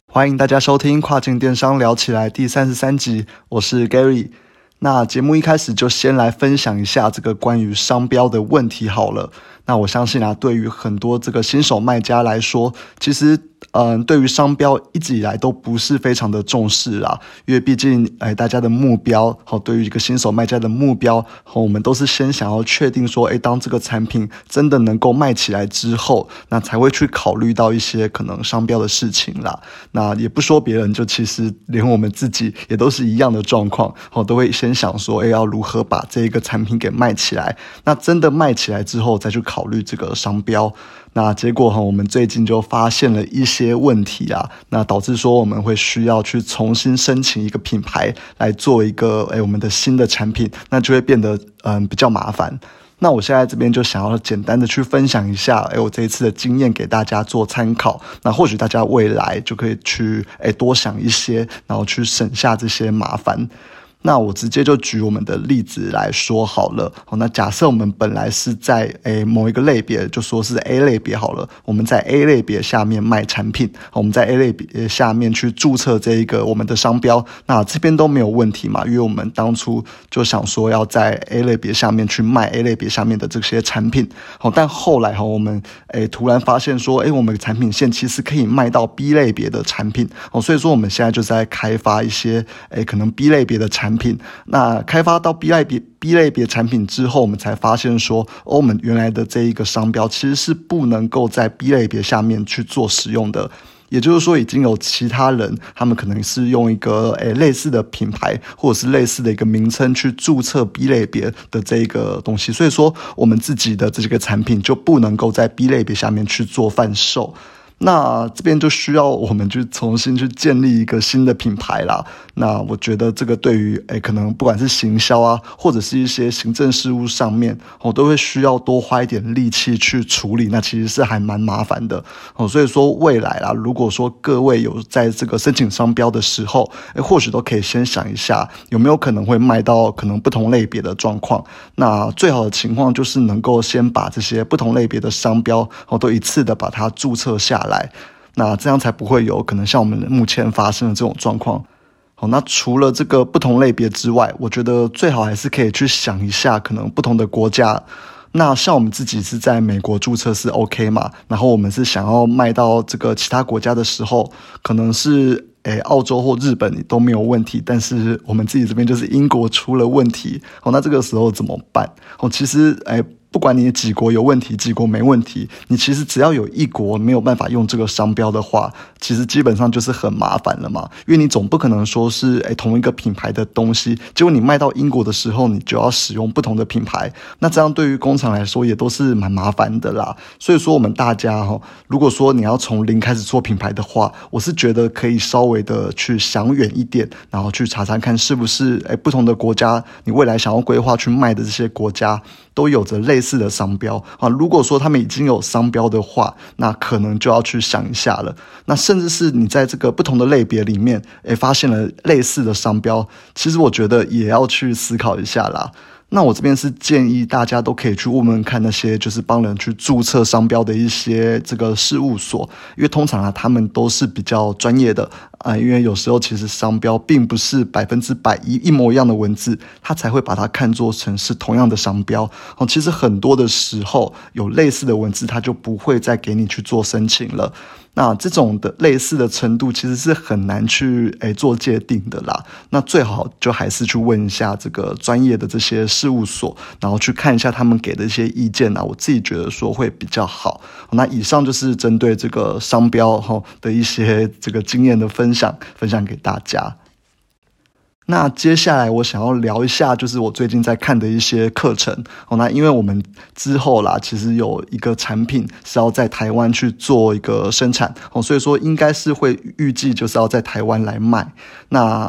欢迎大家收听跨境电商聊起来第33集，我是 Gary。那节目一开始就先来分享一下这个关于商标的问题好了。那我相信对于很多这个新手卖家来说，其实对于商标一直以来都不是非常的重视啦，因为毕竟大家的目标对于一个新手卖家的目标我们都是先想要确定说当这个产品真的能够卖起来之后，那才会去考虑到一些可能商标的事情啦。那也不说别人，就其实连我们自己也都是一样的状况都会先想说要如何把这一个产品给卖起来，那真的卖起来之后再去考虑这个商标。那结果我们最近就发现了一些问题啊，那导致说我们会需要去重新申请一个品牌来做一个我们的新的产品，那就会变得比较麻烦。那我现在这边就想要简单的去分享一下我这一次的经验给大家做参考，那或许大家未来就可以去多想一些，然后去省下这些麻烦。那我直接就举我们的例子来说好了。那假设我们本来是在某一个类别，就说是 A 类别好了，我们在 A 类别下面卖产品，我们在 A 类别下面去注册这一个我们的商标，那这边都没有问题嘛，因为我们当初就想说要在 A 类别下面去卖 A 类别下面的这些产品。但后来我们突然发现说我们产品线其实可以卖到 B 类别的产品，所以说我们现在就在开发一些可能 B 类别的产品。那开发到 B 类别产品之后，我们才发现说我们原来的这一个商标其实是不能够在 B 类别下面去做使用的。也就是说已经有其他人他们可能是用一个类似的品牌或者是类似的一个名称去注册 B 类别的这个东西，所以说我们自己的这个产品就不能够在 B 类别下面去做贩售。那这边就需要我们去重新去建立一个新的品牌啦。那我觉得这个对于可能不管是行销啊，或者是一些行政事务上面都会需要多花一点力气去处理，那其实是还蛮麻烦的所以说未来啦，如果说各位有在这个申请商标的时候或许都可以先想一下有没有可能会卖到可能不同类别的状况。那最好的情况就是能够先把这些不同类别的商标都一次的把它注册下来，那这样才不会有可能像我们目前发生的这种状况。那除了这个不同类别之外，我觉得最好还是可以去想一下可能不同的国家。那像我们自己是在美国注册是 OK 嘛，然后我们是想要卖到这个其他国家的时候，可能是澳洲或日本都没有问题，但是我们自己这边就是英国出了问题那这个时候怎么办其实不管你几国有问题几国没问题，你其实只要有一国没有办法用这个商标的话，其实基本上就是很麻烦了嘛。因为你总不可能说是同一个品牌的东西，结果你卖到英国的时候你就要使用不同的品牌，那这样对于工厂来说也都是蛮麻烦的啦。所以说我们大家如果说你要从零开始做品牌的话，我是觉得可以稍微的去想远一点，然后去查查看是不是不同的国家你未来想要规划去卖的这些国家都有着类似的商标如果说他们已经有商标的话，那可能就要去想一下了。那甚至是你在这个不同的类别里面发现了类似的商标，其实我觉得也要去思考一下啦。那我这边是建议大家都可以去问问看那些就是帮人去注册商标的一些这个事务所，因为通常他们都是比较专业的因为有时候其实商标并不是100%一模一样的文字，他才会把它看作成是同样的商标其实很多的时候有类似的文字他就不会再给你去做申请了。那这种的类似的程度其实是很难去做界定的啦。那最好就还是去问一下这个专业的这些事务所，然后去看一下他们给的一些意见我自己觉得说会比较好。那以上就是针对这个商标的一些这个经验的分享给大家。那接下来我想要聊一下就是我最近在看的一些课程那因为我们之后啦其实有一个产品是要在台湾去做一个生产所以说应该是会预计就是要在台湾来卖。那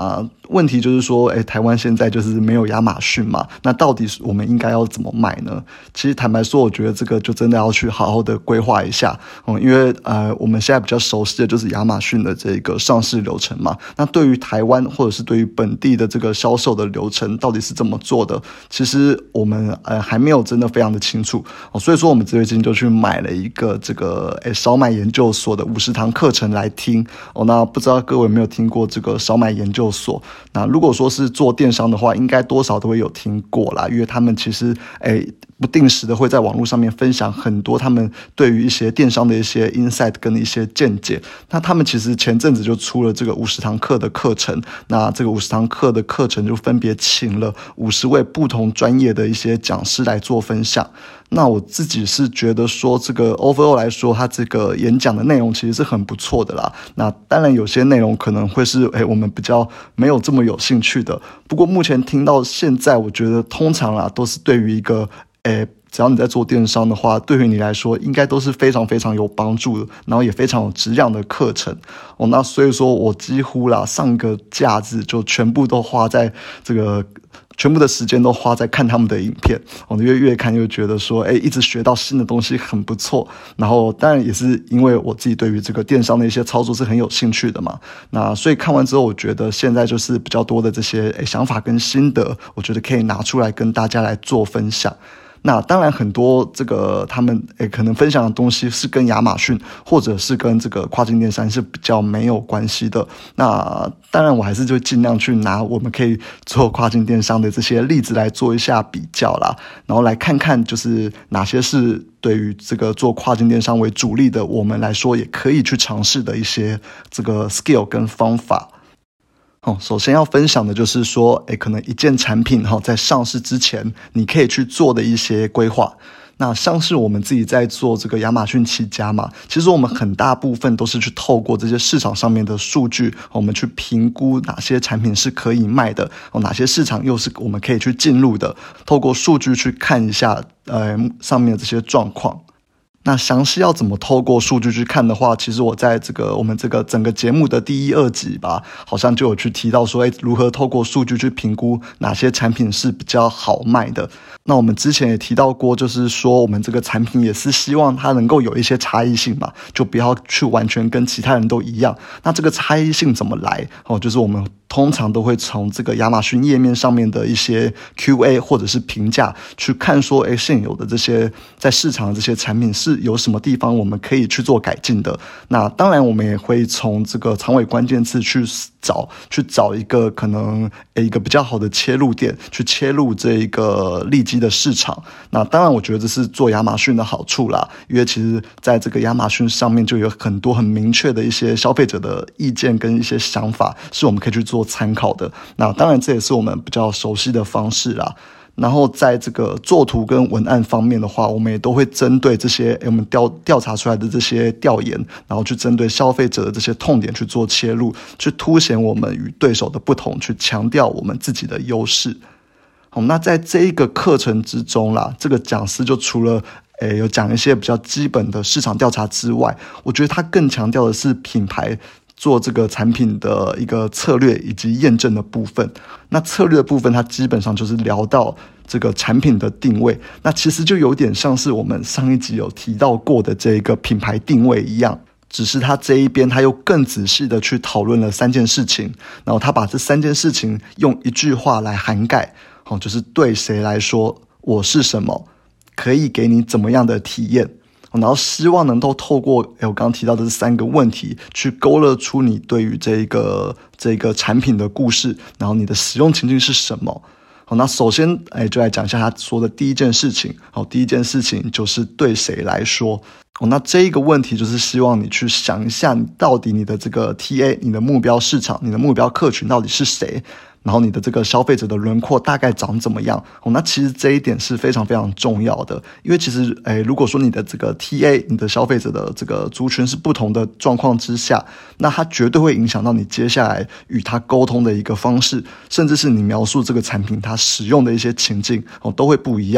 问题就是说，台湾现在就是没有亚马逊嘛，那到底我们应该要怎么买呢？其实坦白说，我觉得这个就真的要去好好的规划一下，因为我们现在比较熟悉的就是亚马逊的这个上市流程嘛。那对于台湾或者是对于本地的这个销售的流程到底是怎么做的，其实我们还没有真的非常的清楚，所以说我们最近就去买了一个这个少买研究所的50堂课程来听。那不知道各位有没有听过这个少买研究所？那如果说是做电商的话，应该多少都会有听过啦，因为他们其实不定时的会在网络上面分享很多他们对于一些电商的一些 insight 跟一些见解。那他们其实前阵子就出了这个50堂课的课程，那这个50堂课的课程就分别请了50位不同专业的一些讲师来做分享。那我自己是觉得说，这个 overall 来说，它这个演讲的内容其实是很不错的啦。那当然有些内容可能会是我们比较没有这么有兴趣的。不过目前听到现在，我觉得通常啦都是对于一个只要你在做电商的话，对于你来说应该都是非常非常有帮助的，然后也非常有质量的课程。那所以说我几乎啦上个假日就全部都花在这个。全部的时间都花在看他们的影片，越看又觉得说，一直学到新的东西很不错。然后当然也是因为我自己对于这个电商的一些操作是很有兴趣的嘛。那所以看完之后，我觉得现在就是比较多的这些想法跟心得，我觉得可以拿出来跟大家来做分享。那当然很多这个他们可能分享的东西是跟亚马逊或者是跟这个跨境电商是比较没有关系的。那当然我还是就尽量去拿我们可以做跨境电商的这些例子来做一下比较啦，然后来看看就是哪些是对于这个做跨境电商为主力的我们来说也可以去尝试的一些这个 skill 跟方法。首先要分享的就是说，可能一件产品在上市之前，你可以去做的一些规划。那像是我们自己在做这个亚马逊起家嘛，其实我们很大部分都是去透过这些市场上面的数据，我们去评估哪些产品是可以卖的，哪些市场又是我们可以去进入的，透过数据去看一下上面的这些状况。那详细要怎么透过数据去看的话，其实我在我们这个整个节目的第1、2集吧，好像就有去提到说，如何透过数据去评估哪些产品是比较好卖的。那我们之前也提到过，就是说我们这个产品也是希望它能够有一些差异性嘛，就不要去完全跟其他人都一样。那这个差异性怎么来？就是我们通常都会从这个亚马逊页面上面的一些 QA 或者是评价去看说，现有的这些在市场的这些产品是有什么地方我们可以去做改进的。那当然我们也会从这个长尾关键字去找一个可能一个比较好的切入点，去切入这一个利基的市场。那当然我觉得这是做亚马逊的好处啦，因为其实在这个亚马逊上面就有很多很明确的一些消费者的意见跟一些想法是我们可以去做参考的。那当然这也是我们比较熟悉的方式啦。然后在这个作图跟文案方面的话，我们也都会针对这些我们调查出来的这些调研，然后去针对消费者的这些痛点去做切入，去凸显我们与对手的不同，去强调我们自己的优势。那在这一个课程之中啦，这个讲师就除了有讲一些比较基本的市场调查之外，我觉得他更强调的是品牌做这个产品的一个策略以及验证的部分。那策略的部分它基本上就是聊到这个产品的定位，那其实就有点像是我们上一集有提到过的这个品牌定位一样，只是他这一边他又更仔细的去讨论了3件事情，然后他把这3件事情用一句话来涵盖，就是对谁来说我是什么，可以给你怎么样的体验，然后希望能够透过我刚刚提到的这3个问题去勾勒出你对于这个产品的故事，然后你的使用情境是什么。那首先就来讲一下他说的第一件事情。第一件事情就是对谁来说。那这一个问题就是希望你去想一下，你到底你的这个 TA 你的目标市场你的目标客群到底是谁，然后你的这个消费者的轮廓大概长怎么样。那其实这一点是非常非常重要的，因为其实如果说你的这个 TA 你的消费者的这个族群是不同的状况之下，那它绝对会影响到你接下来与他沟通的一个方式，甚至是你描述这个产品它使用的一些情境都会不一样。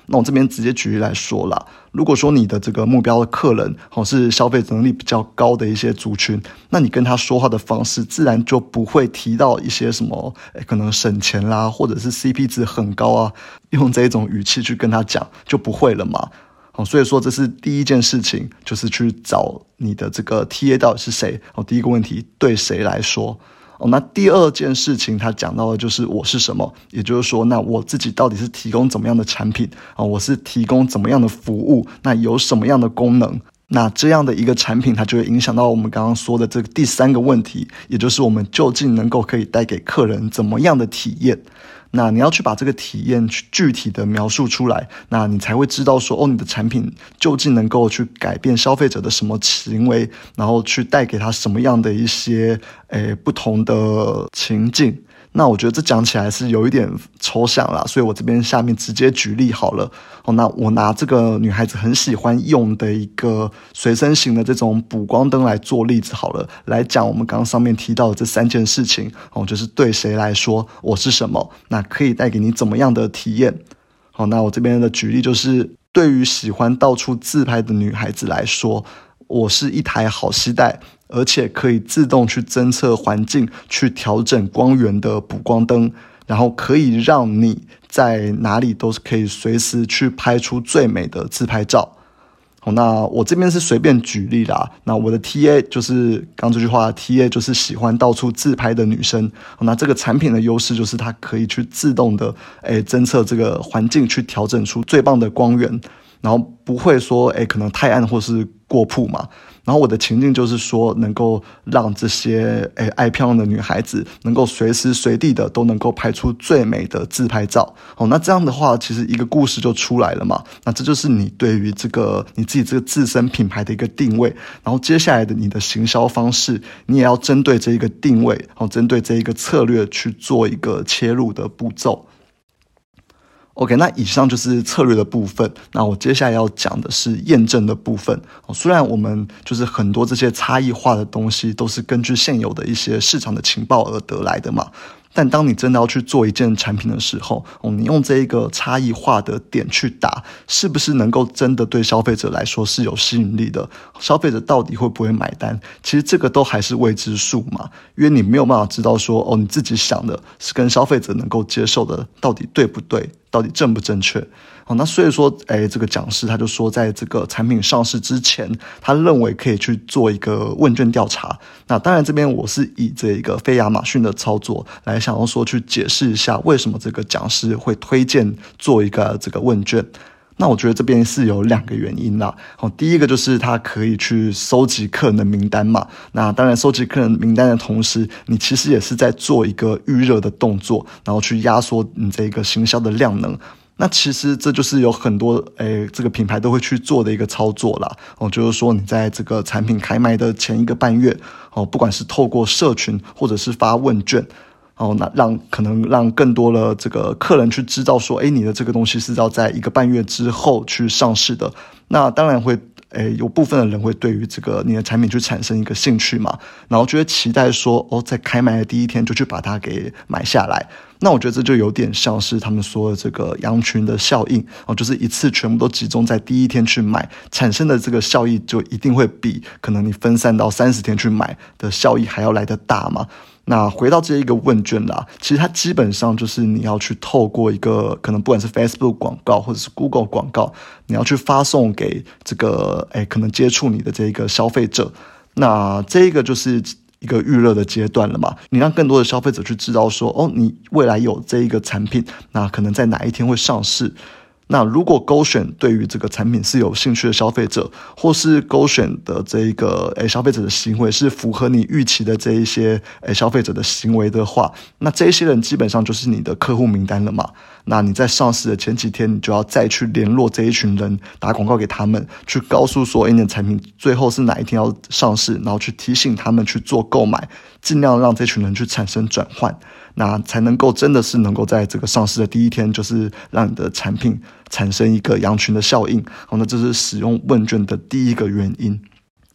那我这边直接举例来说啦，如果说你的这个目标的客人是消费能力比较高的一些族群，那你跟他说话的方式自然就不会提到一些什么可能省钱啦，或者是 CP 值很高啊，用这一种语气去跟他讲就不会了嘛。所以说这是第一件事情，就是去找你的这个 TA 到底是谁。第一个问题，对谁来说。那第二件事情他讲到的就是我是什么，也就是说那我自己到底是提供怎么样的产品，我是提供怎么样的服务，那有什么样的功能，那这样的一个产品它就会影响到我们刚刚说的这个第三个问题，也就是我们究竟能够可以带给客人怎么样的体验。那你要去把这个体验去具体的描述出来，那你才会知道说你的产品究竟能够去改变消费者的什么行为，然后去带给他什么样的一些不同的情境。那我觉得这讲起来是有一点抽象啦，所以我这边下面直接举例好了。那我拿这个女孩子很喜欢用的一个随身型的这种补光灯来做例子好了，来讲我们刚刚上面提到的这三件事情，就是对谁来说我是什么，那可以带给你怎么样的体验。好，那我这边的举例就是对于喜欢到处自拍的女孩子来说，我是一台好携带而且可以自动去侦测环境去调整光源的补光灯，然后可以让你在哪里都是可以随时去拍出最美的自拍照。那我这边是随便举例啦，那我的 TA 就是刚这句话的 TA 就是喜欢到处自拍的女生。那这个产品的优势就是它可以去自动的侦测这个环境去调整出最棒的光源，然后不会说可能太暗或是过曝嘛。然后我的情境就是说能够让这些爱漂亮的女孩子能够随时随地的都能够拍出最美的自拍照。那这样的话其实一个故事就出来了嘛。那这就是你对于这个你自己这个自身品牌的一个定位，然后接下来的你的行销方式你也要针对这一个定位，针对这一个策略去做一个切入的步骤。OK， 那以上就是策略的部分。那我接下来要讲的是验证的部分。虽然我们就是很多这些差异化的东西都是根据现有的一些市场的情报而得来的嘛，但当你真的要去做一件产品的时候，你用这一个差异化的点去打，是不是能够真的对消费者来说是有吸引力的？消费者到底会不会买单？其实这个都还是未知数嘛，因为你没有办法知道说你自己想的是跟消费者能够接受的到底对不对，到底正不正确。那所以说这个讲师他就说在这个产品上市之前，他认为可以去做一个问卷调查。那当然这边我是以这个非亚马逊的操作来想要说去解释一下为什么这个讲师会推荐做一个这个问卷。那我觉得这边是有两个原因啦。第一个就是他可以去收集客人的名单嘛。那当然收集客人名单的同时，你其实也是在做一个预热的动作，然后去压缩你这个行销的量能。那其实这就是有很多这个品牌都会去做的一个操作啦。就是说你在这个产品开卖的前1个半月，不管是透过社群或者是发问卷，那可能让更多的这个客人去知道说你的这个东西是要在1个半月之后去上市的。那当然会有部分的人会对于这个你的产品去产生一个兴趣嘛，然后就会期待说在开卖的第一天就去把它给买下来。那我觉得这就有点像是他们说的这个羊群的效应，就是一次全部都集中在第一天去买，产生的这个效益就一定会比可能你分散到30天去买的效益还要来得大嘛。那回到这一个问卷啦，其实它基本上就是你要去透过一个可能不管是 Facebook 广告或者是 Google 广告，你要去发送给这个可能接触你的这个消费者。那这个就是一个预热的阶段了嘛，你让更多的消费者去知道说你未来有这一个产品，那可能在哪一天会上市。那如果勾选对于这个产品是有兴趣的消费者，或是勾选的这一个消费者的行为是符合你预期的这一些消费者的行为的话，那这一些人基本上就是你的客户名单了嘛。那你在上市的前几天，你就要再去联络这一群人，打广告给他们，去告诉说你的产品最后是哪一天要上市，然后去提醒他们去做购买，尽量让这群人去产生转换，那才能够真的是能够在这个上市的第一天，就是让你的产品产生一个羊群的效应。那这是使用问卷的第一个原因。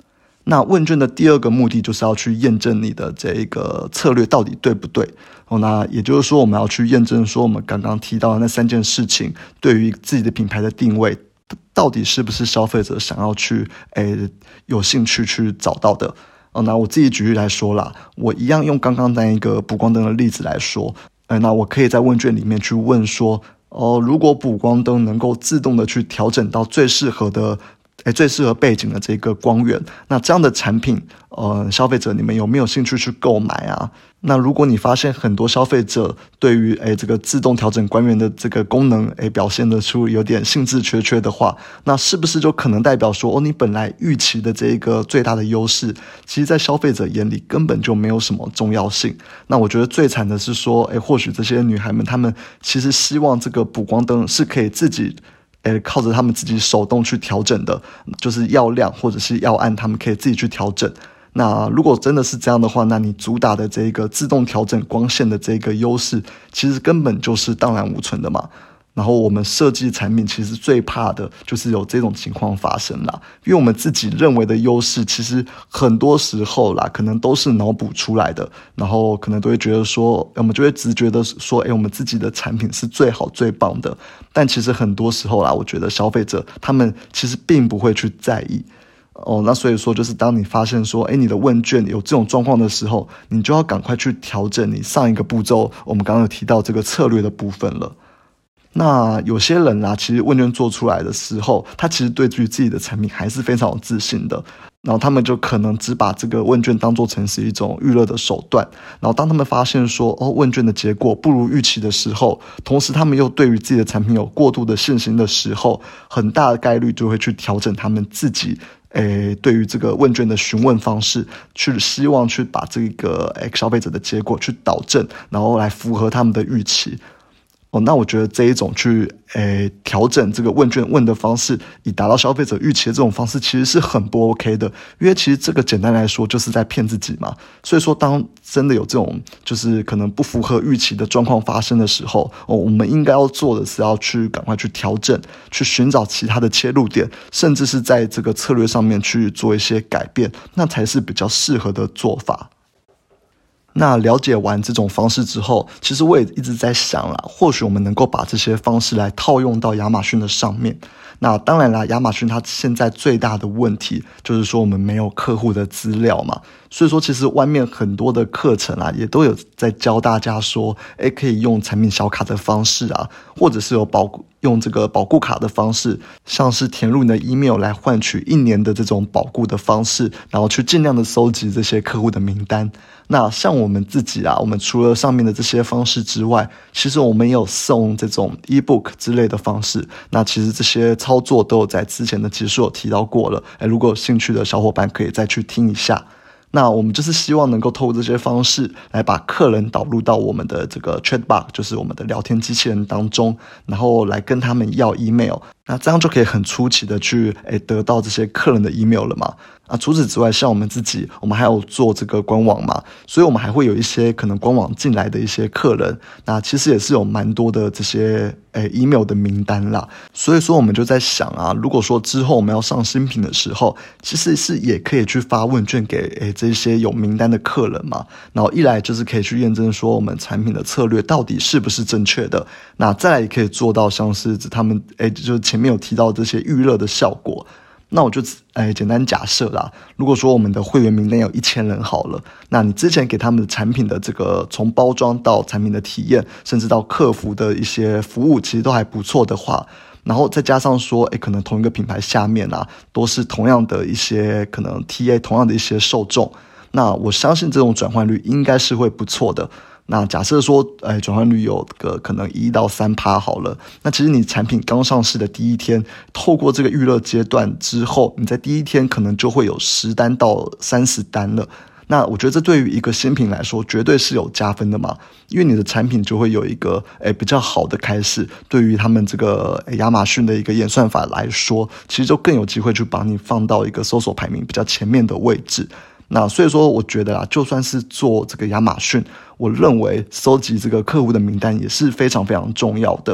那问卷的第二个目的就是要去验证你的这个策略到底对不对。那也就是说我们要去验证说我们刚刚提到的那3件事情对于自己的品牌的定位到底是不是消费者想要去有兴趣去找到的。那我自己举例来说啦，我一样用刚刚那一个补光灯的例子来说，那我可以在问卷里面去问说如果补光灯能够自动的去调整到最适合背景的这个光源，那这样的产品消费者你们有没有兴趣去购买啊？那如果你发现很多消费者对于这个自动调整光源的这个功能表现得出有点兴致缺的话，那是不是就可能代表说你本来预期的这个最大的优势其实在消费者眼里根本就没有什么重要性。那我觉得最惨的是说或许这些女孩们她们其实希望这个补光灯是可以自己靠着他们自己手动去调整的，就是要亮或者是要暗他们可以自己去调整。那如果真的是这样的话，那你主打的这个自动调整光线的这个优势其实根本就是荡然无存的嘛。然后我们设计产品其实最怕的就是有这种情况发生啦，因为我们自己认为的优势其实很多时候啦可能都是脑补出来的，然后可能都会觉得说我们就会直觉的说我们自己的产品是最好最棒的，但其实很多时候啦，我觉得消费者他们其实并不会去在意那所以说就是当你发现说你的问卷有这种状况的时候，你就要赶快去调整你上一个步骤我们刚刚有提到这个策略的部分了。那有些人啦，其实问卷做出来的时候，他其实对于自己的产品还是非常有自信的，然后他们就可能只把这个问卷当作成是一种娱乐的手段，然后当他们发现说问卷的结果不如预期的时候，同时他们又对于自己的产品有过度的信心的时候，很大的概率就会去调整他们自己对于这个问卷的询问方式，去希望去把这个消费者的结果去导正，然后来符合他们的预期。那我觉得这一种去调整这个问卷问的方式以达到消费者预期的这种方式其实是很不 OK 的，因为其实这个简单来说就是在骗自己嘛。所以说当真的有这种就是可能不符合预期的状况发生的时候我们应该要做的是要去赶快去调整，去寻找其他的切入点，甚至是在这个策略上面去做一些改变，那才是比较适合的做法。那了解完这种方式之后，其实我也一直在想啦，或许我们能够把这些方式来套用到亚马逊的上面。那当然啦，亚马逊它现在最大的问题就是说我们没有客户的资料嘛，所以说其实外面很多的课程啊也都有在教大家说可以用产品小卡的方式啊，或者是用这个保固卡的方式，像是填入你的 email 来换取1年的这种保固的方式，然后去尽量的收集这些客户的名单。那像我们自己啊，我们除了上面的这些方式之外，其实我们也有送这种 ebook 之类的方式，那其实这些操作都有在之前的集数有提到过了，如果有兴趣的小伙伴可以再去听一下。那我们就是希望能够透过这些方式来把客人导入到我们的这个 chatbot， 就是我们的聊天机器人当中，然后来跟他们要 email， 那这样就可以很初期的去得到这些客人的 email 了嘛。除此之外，像我们自己，我们还有做这个官网嘛，所以我们还会有一些可能官网进来的一些客人，那其实也是有蛮多的这些email 的名单啦。所以说我们就在想啊，如果说之后我们要上新品的时候，其实是也可以去发问卷给这些有名单的客人嘛，然后一来就是可以去验证说我们产品的策略到底是不是正确的，那再来也可以做到像是他们就是前面有提到这些预热的效果。那我就简单假设啦，如果说我们的会员名单有1000人好了，那你之前给他们的产品的这个从包装到产品的体验，甚至到客服的一些服务其实都还不错的话，然后再加上说可能同一个品牌下面啊都是同样的一些可能 TA 同样的一些受众，那我相信这种转换率应该是会不错的。那假设说转换率有个可能1到3%好了，那其实你产品刚上市的第一天，透过这个预热阶段之后，你在第一天可能就会有10单到30单了。那我觉得这对于一个新品来说绝对是有加分的嘛，因为你的产品就会有一个比较好的开始，对于他们这个亚马逊的一个演算法来说，其实就更有机会去把你放到一个搜索排名比较前面的位置。那所以说我觉得就算是做这个亚马逊，我认为收集这个客户的名单也是非常非常重要的。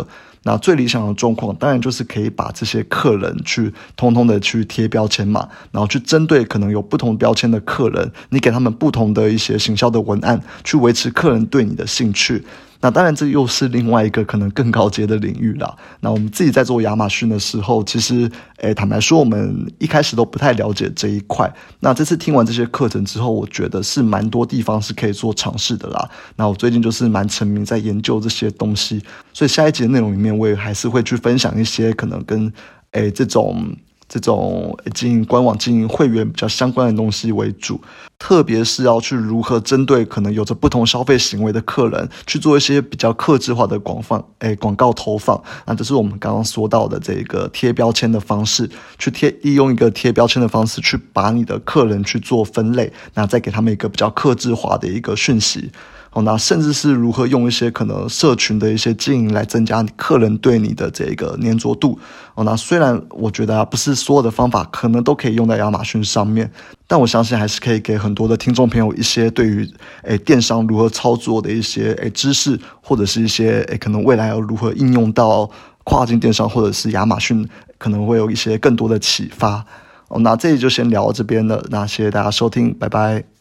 那最理想的状况当然就是可以把这些客人去通通的去贴标签嘛，然后去针对可能有不同标签的客人，你给他们不同的一些行销的文案，去维持客人对你的兴趣。那当然这又是另外一个可能更高阶的领域啦。那我们自己在做亚马逊的时候，其实坦白说我们一开始都不太了解这一块。那这次听完这些课程之后，我觉得是蛮多地方是可以做尝试的啦。那我最近就是蛮沉迷在研究这些东西，所以下一集的内容里面我也还是会去分享一些可能跟这种经营官网、经营会员比较相关的东西为主，特别是要去如何针对可能有着不同消费行为的客人去做一些比较客制化的广告投放。那这是我们刚刚说到的这个贴标签的方式，去利用一个贴标签的方式去把你的客人去做分类，那再给他们一个比较客制化的一个讯息。那甚至是如何用一些可能社群的一些经营来增加你客人对你的这个粘着度。那虽然我觉得不是所有的方法可能都可以用在亚马逊上面，但我相信还是可以给很多的听众朋友一些对于电商如何操作的一些知识，或者是一些可能未来要如何应用到跨境电商或者是亚马逊，可能会有一些更多的启发。那这里就先聊到这边了，那谢谢大家收听，拜拜。